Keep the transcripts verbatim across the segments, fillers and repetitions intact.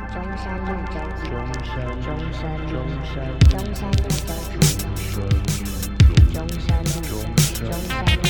中山路周记， 中山中山路中山中山路周记，中山路中山路。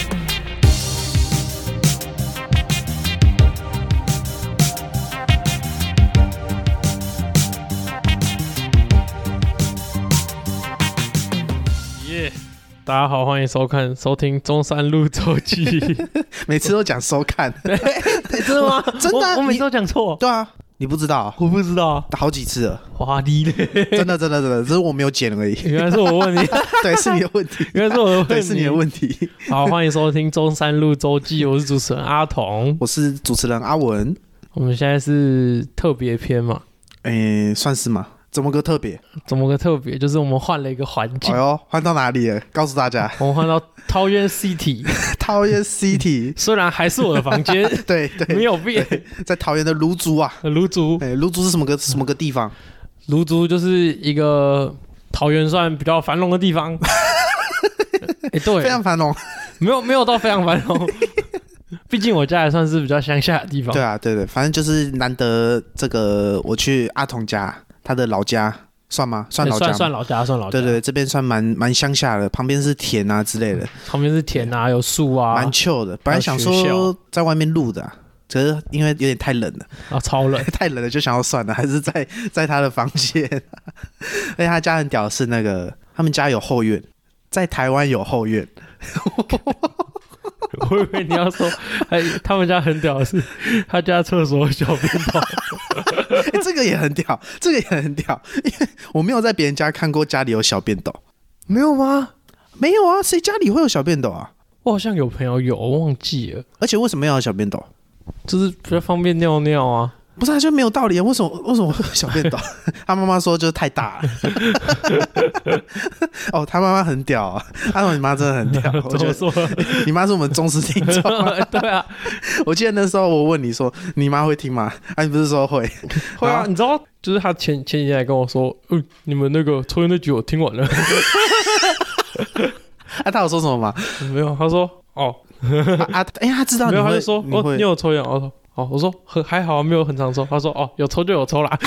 耶！大家好，欢迎收看、收听中山路周记。 每次都讲收看， 对，真的吗？ 真的啊、 我, 我每次都讲错。 对啊，你不知道、啊？ 我不知道， 好几次了。 哇哩嘞！ 真的，真的，真的，只是我没有剪而已。 原来是我问题， 对，是你的问题。 原来是我的问题， 对，是你的问题。 好，欢迎收听中山路周记，我是主持人阿童， 我是主持人阿文。 我们现在是特别篇嘛？ 诶，算是吗？怎么个特别？ 怎么个特别？就是我们换了一个环境。 哎呦，换到哪里了？告诉大家， 我们换到桃园 City。 桃园 City 虽然还是我的房间， 对对， 没有变， 在桃园的芦竹啊。 芦竹， 哎，芦竹是什么个什么个地方？ 芦竹就是一个桃园算比较繁荣的地方。哎，对， 非常繁荣， 没有没有到非常繁荣。毕竟我家也算是比较乡下的地方。 对啊，对对，反正就是难得这个我去阿童家，他的老家算吗？算老家吗？ 算算老家，算老家。 对对，这边算蛮蛮乡下的，旁边是田啊之类的， 旁边是田啊，有树啊， 蛮 chill 的。本来想说在外面录的、啊，可是因为有点太冷了啊，超冷， 太冷了，就想要算了，还是在在他的房间。而且他家很屌的是那个，他们家有后院，在台湾有后院。 我以为你要说，哎，他们家很屌的是，他家厕所有小便斗、 欸。这个也很屌，这个也很屌，因为我没有在别人家看过家里有小便斗。 没有吗？ 没有啊，谁家里会有小便斗啊？ 我好像有朋友有，我忘记了。 而且为什么要有小便斗？ 就是比较方便尿尿啊。 不是、啊，就没有道理啊！为什么为什么会有小便斗？他妈妈说就是太大了。哦，他妈妈很屌啊！阿童，你妈真的很屌。 怎么说？ 你妈是我们忠实听众。 对啊， 我记得那时候我问你说，你妈会听吗？啊，你不是说会？ 会啊！你知道，就是他前前几天还跟我说，嗯，你们那个抽烟那局我听完了。 啊，他有说什么吗？ 没有，他说哦， 啊，哎、欸，他知道你会， 没有，他就说你哦，你有抽烟，我说。哦，我说很还好，没有很常抽。他说哦，有抽就有抽啦。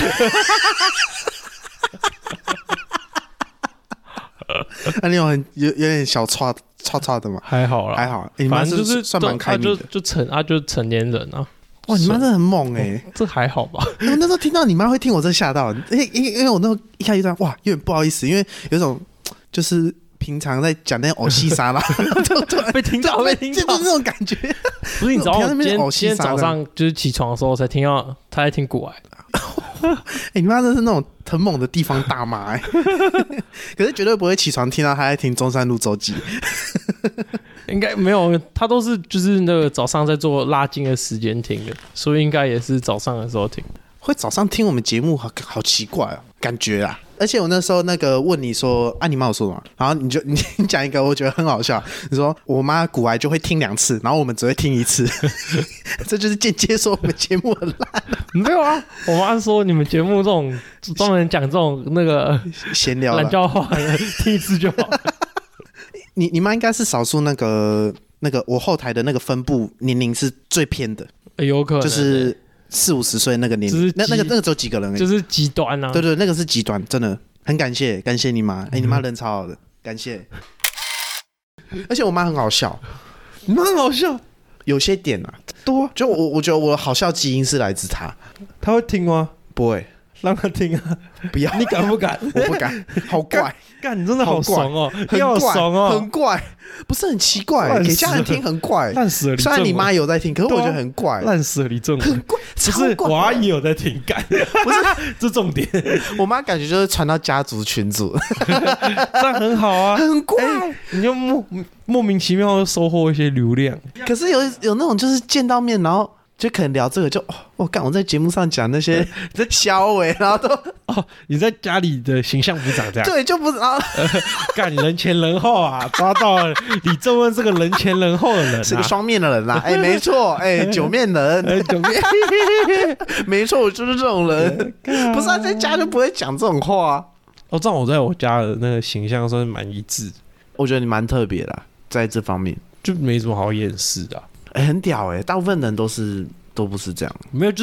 那、啊、你有很有有点小叉叉叉的吗？ 还好啦， 还好。欸、你妈是就是算蛮开明的， 就就成啊，就是成年人啊。 哇，你妈真的很猛哎、欸哦，这还好吧？ 我那时候听到你妈会听我，真吓到，因为因为因为我那时候一开一段哇，有点不好意思，因为有一种就是平常在讲那种偶戏沙拉， 被听到被听到， 就是那种感觉。 不是，你知道我今天今天早上就是起床的时候才听到他在听古癌。 哎、欸，你妈真是那种很猛的地方大妈哎、欸，可是绝对不会起床听到他在听中山路周记。 应该没有，他都是就是那个早上在做拉筋的时间听的，所以应该也是早上的时候听。 会早上听我们节目好好奇怪哦，感觉啦。而且我那时候那个问你说啊，你妈有说什么？然后你就你你讲一个，我觉得很好笑。你说我妈古癌就会听两次，然后我们只会听一次，这就是间接说我们节目很烂。 没有啊，我妈说你们节目这种专门讲这种那个闲聊懒觉话，听一次就好。 你你妈应该是少数那个那个我后台的那个分布年龄是最偏的， 欸、有可能、欸、 就是四五十岁那个年龄，那那个那个只有几个人而已， 就是极端啊。 对对，那个是极端，真的很感谢感谢你妈，哎、欸，你妈人超好的，感谢。而且我妈很好笑， 你妈很好笑， 有些点啊多，就我我觉得我的好笑基因是来自她。 她会听吗？ 不会。 让他听啊！ 不要， 你敢不敢？ 我不敢，好怪！ 干，你真的好爽哦， 很怪，爽哦， 很怪，不是很奇怪，给家人听很怪， 烂死了。 虽然你妈有在听，可是我觉得很怪， 烂死了。李正文很怪， 不是我阿姨有在听，干，不是这重点。 我妈感觉就是传到家族群组， 这样很好啊， 很怪， 欸、你就莫莫名其妙收获一些流量。 可是有有那种就是见到面，然后。就可能聊这个就，就哦，我干，我在节目上讲那些在消委，然后都哦，你在家里的形象不是长这样， 对，就不是啊， 干、呃、人前人后啊，抓到了李正文这个人前人后的人、啊， 是个双面的人啦、啊，哎、欸，没错，哎、欸，九面人， 欸、九面， 没错，我就是这种人，不是啊，在家就不会讲这种话、啊。 哦，这样我在我家的那个形象算是蛮一致， 我觉得你蛮特别的，在这方面就没什么好掩饰的、啊。 哎、欸，很屌哎、欸，大部分人都是都不是这样， 没有，就是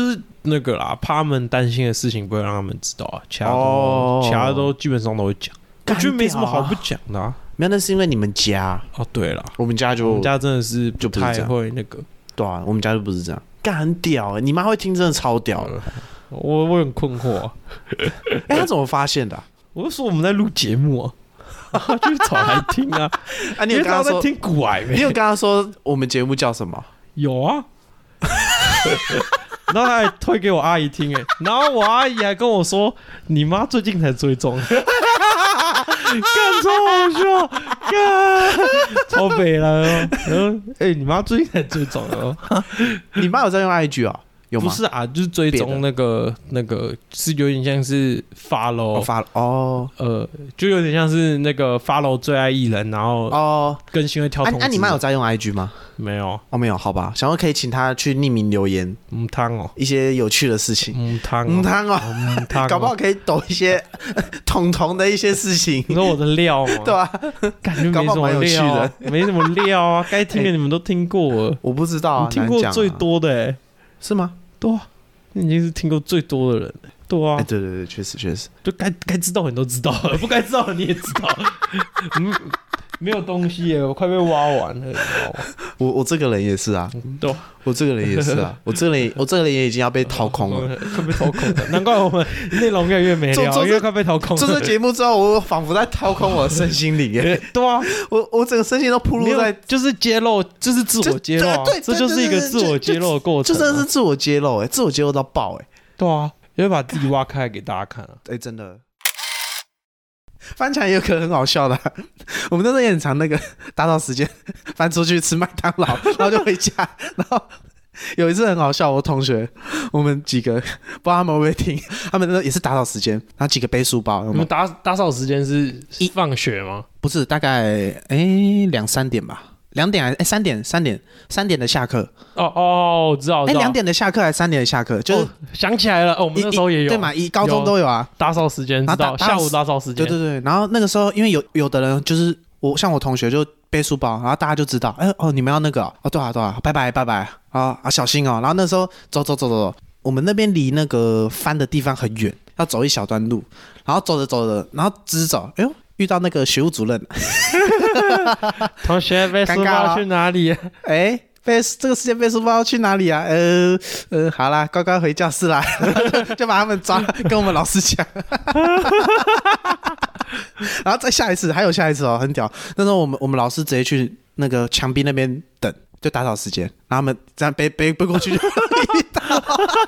那个啦，怕他们担心的事情不会让他们知道啊，其他都、 哦其他都基本上都会讲。我觉得没什么好不讲的啊。 没有，那是因为你们家哦，对了， 我们家就我们家真的是太就不是这样会那个。 对啊，我们家就不是这样，干很屌哎、欸，你妈会听真的超屌的。 我我很困惑、啊， 哎、欸，他怎么发现的、啊？ 我就说我们在录节目啊，就找来听啊。 啊，你有跟他说在听古癌没？ 你有跟他说我们节目叫什么？ 有啊。然后他还推给我阿姨聽哎，然後我阿姨還跟我說：“你媽最近才追蹤。”幹超好笑，幹超北了。然後哎、欸，你媽最近才追蹤哦。 你媽有在用 I G 啊？有嗎？ 不是啊，就是追蹤那個那個是有點像是 follow follow 哦， 呃，就有點像是那個 follow 最愛藝人，然後哦更新會跳通知。 啊，啊你媽有在用 I G 嗎？ 沒有哦，没有，好吧，想说可以請他去匿名留言， 唔湯哦， 一些有趣的事情， 唔湯唔湯哦， 唔湯， 搞不好可以抖一些彤彤的一些事情， 你說我的料嗎？ 對吧？ 感覺沒什麼料、啊，沒什麼料啊，該聽的你們都聽過了， 我不知道啊， 你聽過最多的、欸， 是嗎？ 對啊，你已經是聽過最多的人，對啊， 欸、对对对，确实确实， 就該該知道的你都知道了，不該知道的你也知道，嗯。没有东西耶，我快被挖完了，你知道吗？ 我我这个人也是啊， 对， 我这个人也是啊，我这个人我这个人也已经要被掏空了， 快被掏空了，难怪我们内容越来越没料，因为快被掏空了。 做这节目之后，我仿佛在掏空我的身心灵耶。 对啊， 我我整个身心都暴露在， 就是揭露，就是自我揭露、啊， 对， 这就是一个自我揭露的过程、啊， 就真的是自我揭露，哎，自我揭露到爆，哎， 对啊，也会把自己挖开来给大家看啊， 哎，真的。翻墙也有可能很好笑的、啊，我们那时候也很常那个打扫时间翻出去吃麦当劳，然后就回家，然后有一次很好笑，我同学我们几个不知道他们会不会听，他们那也是打扫时间，然后几个背书包，有有你们打打扫时间是放学吗？ 不是，大概哎两三点吧。两点还哎三点三点三点的下课哦哦，我知道，哎两点的下课还是三点的下课？就是、哦、 想起来了，哦，我们那时候也有， 对嘛，一高中都有啊， 打扫时间，知道下午打扫时间， 对对对。然后那个时候，因为有有的人就是我，像我同学就背书包，然后大家就知道，哎哦，你们要那个哦，哦对啊对啊，拜拜拜拜啊啊，小心哦。然后那时候走走走走走，我们那边离那个翻的地方很远，要走一小段路，然后走着走着，然后直走，哎呦。遇到那个学务主任， 同学背书包去哪里？ 哎、欸，背这个时间背书包去哪里啊？呃呃，好啦，乖乖回教室啦，就把他们抓，跟我们老师讲，然后再下一次，还有下一次哦，很屌。那时候我们我们老师直接去那个墙壁那边等，就打扫时间，然后他们这样背背背过去就遇到。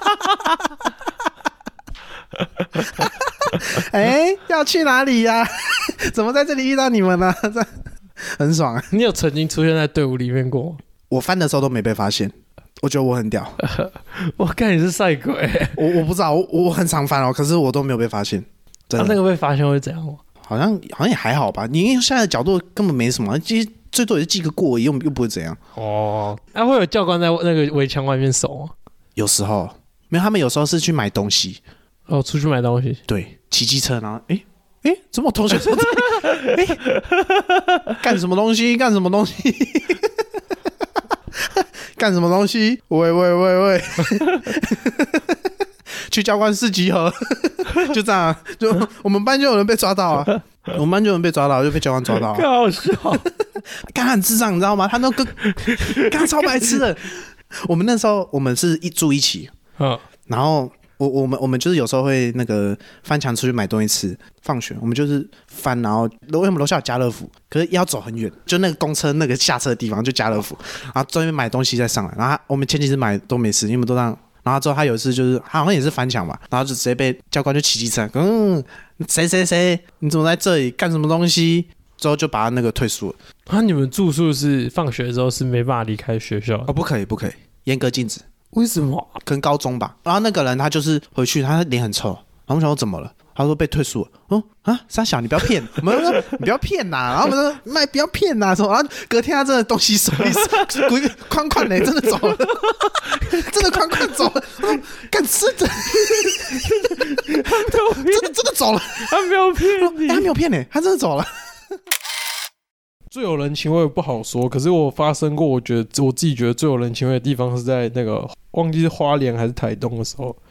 哎、欸，要去哪里呀、啊？怎么在这里遇到你们呢？这很爽啊！ 你有曾经出现在队伍里面过吗？ 我翻的时候都没被发现，我觉得我很屌。 我看你是赛鬼、欸， 我我不知道，我我很常翻哦，可是我都没有被发现。 他、啊、那个被发现会怎样吗？ 好像好像也还好吧。你现在的角度根本没什么，其实最多也是记个过，又又不会怎样。 哦，那、啊、会有教官在那个围墙外面守吗？ 有时候没有，他们有时候是去买东西。 哦，出去买东西， 对，骑机车，然后哎哎，怎么我同学说这里？哎，干什么东西？干什么东西？干什么东西？喂喂喂喂！去教官室集合，就这样，就我们班就有人被抓到啊，我们班就有人被抓到，就被教官抓到、啊， 好笑， 干很智障，你知道吗？他那个干超白痴的。我们那时候我们是一住一起，嗯，然后。我我们我们就是有时候会那个翻墙出去买东西吃，放学我们就是翻，然后因为我们楼下有家乐福，可是要走很远，就那个公车那个下车的地方就家乐福，然後在那邊買東西再上來，然後我們前幾次買都沒事，因為我們都讓，然後之後他有一次就是他好像也是翻牆吧，然後就直接被教官就騎機車，嗯，誰誰誰，你怎麼在這裡幹什麼東西？之後就把他那個退宿了。 啊，你們住宿是放學之後是沒辦法離開學校？ 哦，不可以不可以，嚴格禁止。 为什么？ 可能高中吧。然后那个人他就是回去，他脸很臭。然后我们想说怎么了？他说被退宿了。哦啊，三小你不要骗，我们说你不要骗呐。然后我们说麦不要骗呐，什么？然后隔天他真的东西收一收，滚宽宽嘞，真的走了，真的宽宽走了。干吃的， 他没有骗， 真的真的走了， 他没有骗你， 他没有骗你，他真的走了。 最有人情味不好说，可是我发生过，我觉得我自己觉得最有人情味的地方是在那个忘记是花莲还是台东的时候，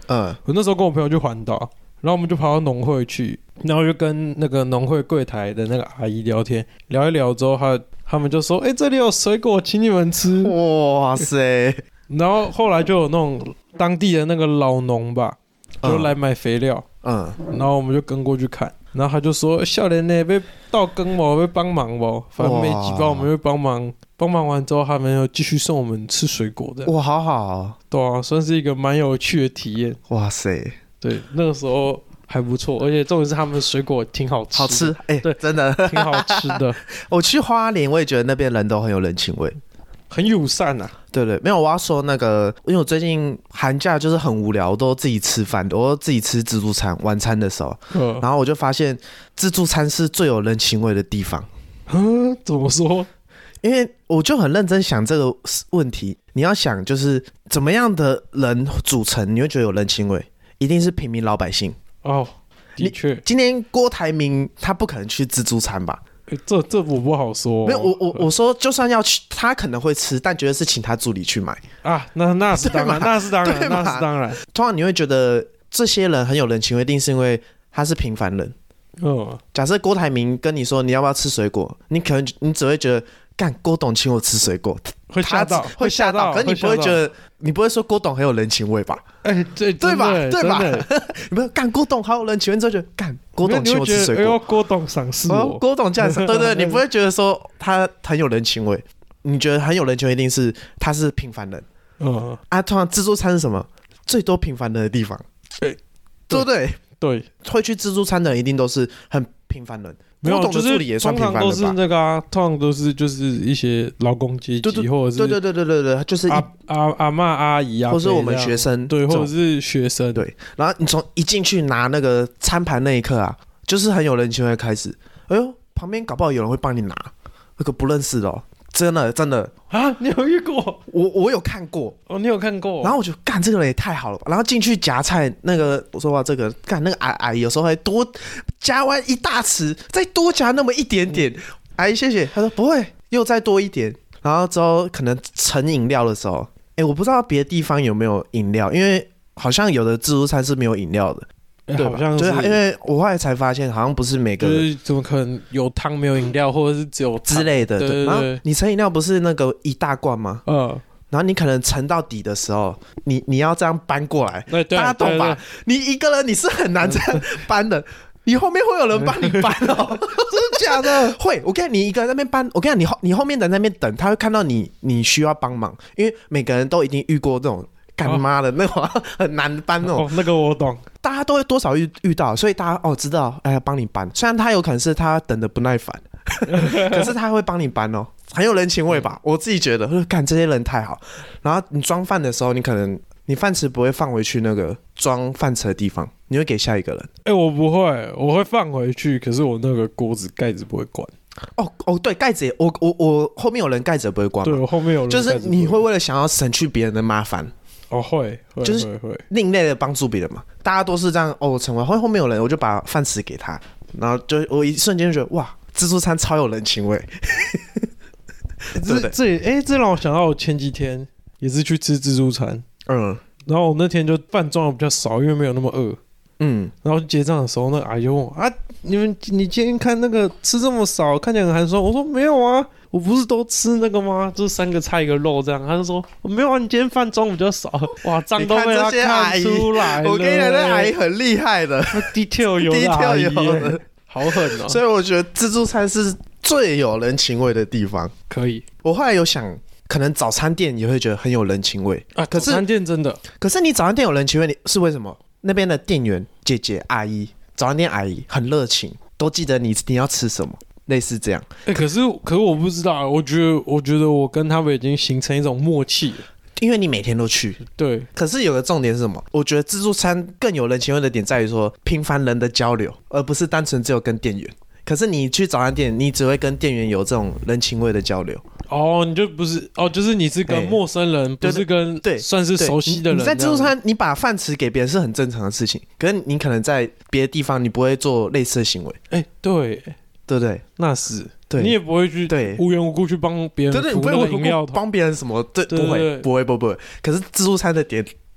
嗯， 我那时候跟我朋友去环岛，然后我们就跑到农会去，然后就跟那个农会柜台的那个阿姨聊天，聊一聊之后，他他们就说：“哎、欸，这里有水果，请你们吃。” 哇塞！ 然后后来就有那种当地的那个老农吧，就来买肥料， 嗯， 然后我们就跟过去看，然后他就说：“少年呢，要倒耕不？要帮忙不？反正没几包，我们会帮忙。帮忙完之后，他们又继续送我们吃水果的。 哇，好好、哦， 对啊，算是一个蛮有趣的体验。 哇塞， 对，那个时候还不错，而且重点是他们水果挺好吃， 好吃，哎、欸， 对， 真的挺好吃的。 我去花莲，我也觉得那边人都很有人情味。 很友善啊， 对对，没有，我要说那个，因为我最近寒假就是很无聊，我都自己吃饭，我都自己吃自助餐，晚餐的时候， 嗯、 然后我就发现自助餐是最有人情味的地方。 嗯，怎么说？ 因为我就很认真想这个问题，你要想就是怎么样的人组成，你会觉得有人情味，一定是平民老百姓。 哦，的确， 今天郭台铭他不可能去自助餐吧？ 这这我不好说、哦。 没有，我我我说，就算要去，他可能会吃，但绝对是请他助理去买啊。那那是当然，那是当然，那是当然。 通常你会觉得这些人很有人情味，一定是因为他是平凡人。 嗯， 假设郭台铭跟你说你要不要吃水果，你可能你只会觉得干郭董请我吃水果， 会吓到， 会吓到。可是你不会觉得，你不会说郭董很有人情味吧？ 哎、欸，对对吧？对吧？你不要干郭董好有人情味，之后觉得干郭董请我吃水果， 哎呦，郭董赏识我， 郭董这样子，对对，你不会觉得说他很有人情味，你觉得很有人情味，一定是他是平凡人。 嗯啊，通常自助餐是什么？最多平凡人的地方， 对， 对不对？ 对， 会去自助餐的人一定都是很平凡人。 没有， 就是通常都是那个啊，通常都是就是一些劳工阶级，或者是对对对对对对，就是阿阿阿嬷阿姨啊， 或是我们学生， 对，或者是学生， 对。然后你从一进去拿那个餐盘那一刻啊，就是很有人情味开始。哎呦，旁边搞不好有人会帮你拿，那个不认识的哦。真的真的啊！你有遇过？ 我我有看过哦，你有看过？ 然后我就干这个人也太好了吧！然后进去夹菜，那个我说哇，这个干那个阿阿姨有时候还多夹完一大匙，再多夹那么一点点。嗯、阿姨谢谢，他说不会，又再多一点。然后之后可能盛饮料的时候，哎，我不知道别的地方有没有饮料，因为好像有的自助餐是没有饮料的。 对，好像是， 就是因为我后来才发现，好像不是每个人， 就是怎么可能有汤没有饮料，或者是只有之类的。 对对对。 然后你盛饮料不是那个一大罐吗？ 嗯。 然后你可能盛到底的时候，你你要这样搬过来， 对对， 大家懂吧？ 对对对， 你一个人你是很难这样搬的，你后面会有人帮你搬哦，真的假的？会，我跟你，你一个人在那边搬，我跟你讲，你后你后面的人在那边等，他会看到你，你需要帮忙，因为每个人都已经遇过这种。干妈的那种、哦、很难搬那种、 哦，那个我懂， 大家都会多少遇遇到，所以大家哦知道，哎呀帮你搬。虽然他有可能是他等的不耐烦，可是他会帮你搬哦，很有人情味吧？我自己觉得，干这些人太好。然后你装饭的时候，你可能你饭匙不会放回去那个装饭匙的地方，你会给下一个人。 哎、欸，我不会，我会放回去，可是我那个锅子盖子不会关。 哦哦，对，盖子也，我我我后面有人盖子也不会关嘛。 对，我后面有人就是你会为了想要省去别人的麻烦。 哦，会，会就是另类的帮助别人嘛。大家都是这样哦，成为后后面有人，我就把饭匙给他，然后就我一瞬间就觉得哇，自助餐超有人情味。 这这哎、欸，这让我想到我前几天也是去吃自助餐， 嗯， 然后我那天就饭装的比较少，因为没有那么饿， 嗯， 然后结账的时候，那个阿姨就问我啊，你们你今天看那个吃这么少，看起来很寒酸。我说没有啊。我不是都吃那个吗？就是三个菜一个肉这样。他就说没有啊，你今天饭装比较少。哇，账都被他看出来了。 我跟你讲，那阿姨很厉害的 ，detail 有的阿姨， detail 有的， 好狠哦。 所以我觉得自助餐是最有人情味的地方。 可以， 我后来有想，可能早餐店也会觉得很有人情味啊。可是早餐店真的， 可是你早餐店有人情味是为什么？那边的店员姐姐阿姨，早餐店阿姨很热情，都记得你你要吃什么。类似这样， 哎、欸，可是可是我不知道，我觉得我觉得我跟他们已经形成一种默契了， 因为你每天都去。 对， 可是有个重点是什么？我觉得自助餐更有人情味的点在于说平凡人的交流，而不是单纯只有跟店员。可是你去早餐店，你只会跟店员有这种人情味的交流。 哦，你就不是哦，就是你是跟陌生人，欸、不是跟对算是熟悉的人。 你在自助餐，你把饭匙给别人是很正常的事情，可是你可能在别的地方，你不会做类似的行为。 哎、欸，对。 对不对？ 那是， 对， 你也不会去对无缘无故去帮别人扶那个饮料桶， 帮别人什么？对，不会，不会，不会。可是自助餐的点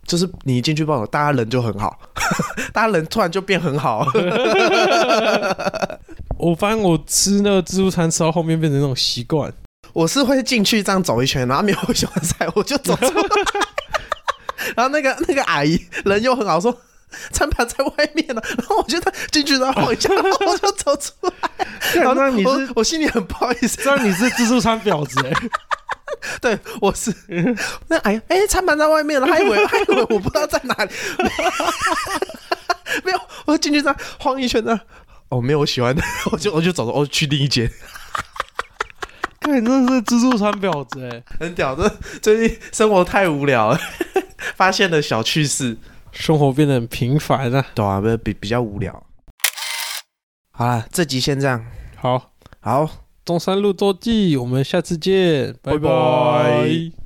就是你一进去报，大家人就很好，大家人突然就变很好。 我发现我吃那个自助餐吃到后面变成那种习惯。 我是会进去这样走一圈，然后没有喜欢菜，我就走出来。然后那个那个阿姨人又很好，说餐盘在外面了，然后我就进去然后晃一下，然后我就走出来。然后那你是我我心里很不好意思， 这样你是自助餐婊子哎、欸。 对，我是那哎呀，哎，餐盘在外面了，还以为还以为我不知道在哪里，没有，我进去这样晃一圈呢，哦，没有我喜欢的，我就我就走了，我去另一间。 看你真的是自助餐婊子哎、欸， 很屌，这最近生活太无聊了，发现了小趣事， 生活变得很平凡了、啊。 对啊，比比较无聊。好啦，这集先这样， 好， 好。 中山路周记，我们下次见，拜拜拜拜。